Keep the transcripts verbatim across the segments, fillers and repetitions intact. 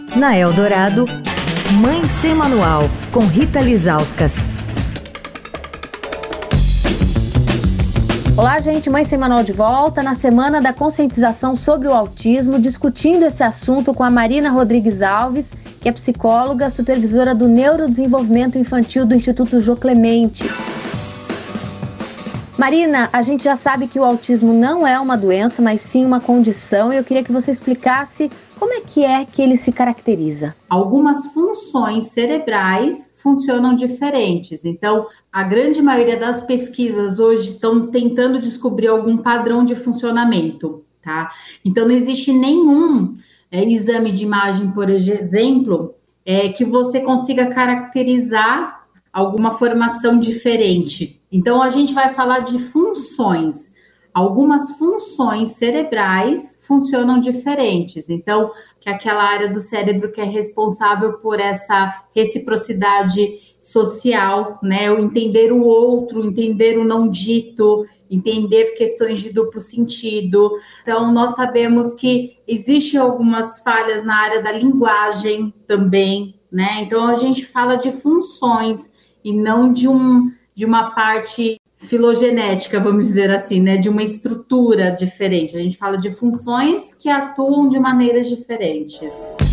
Na Eldorado, Mãe Sem Manual, com Rita Lizauskas. Olá, gente, Mãe Sem Manual de volta na Semana da Conscientização sobre o Autismo, discutindo esse assunto com a Marina Rodrigues Alves, que é psicóloga, supervisora do Neurodesenvolvimento Infantil do Instituto Jô Clemente. Marina, a gente já sabe que o autismo não é uma doença, mas sim uma condição, e eu queria que você explicasse como é que é que ele se caracteriza. Algumas funções cerebrais funcionam diferentes, então a grande maioria das pesquisas hoje estão tentando descobrir algum padrão de funcionamento, tá? Então não existe nenhum é, exame de imagem, por exemplo, é, que você consiga caracterizar alguma formação diferente. Então a gente vai falar de funções. Algumas funções cerebrais funcionam diferentes. Então, que é aquela área do cérebro que é responsável por essa reciprocidade social, né? O entender o outro, entender o não dito, entender questões de duplo sentido. Então, nós sabemos que existem algumas falhas na área da linguagem também, né? Então, a gente fala de funções e não de, um, de uma parte filogenética, vamos dizer assim, né? De uma estrutura diferente. A gente fala de funções que atuam de maneiras diferentes.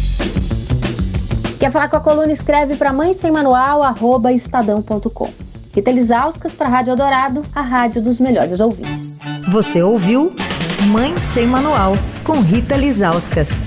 Quer falar com a coluna? Escreve para mãe sem manual arroba estadão ponto com. Rita Lizauskas para a Rádio Eldorado, a rádio dos melhores ouvintes. Você ouviu Mãe Sem Manual, com Rita Lizauskas.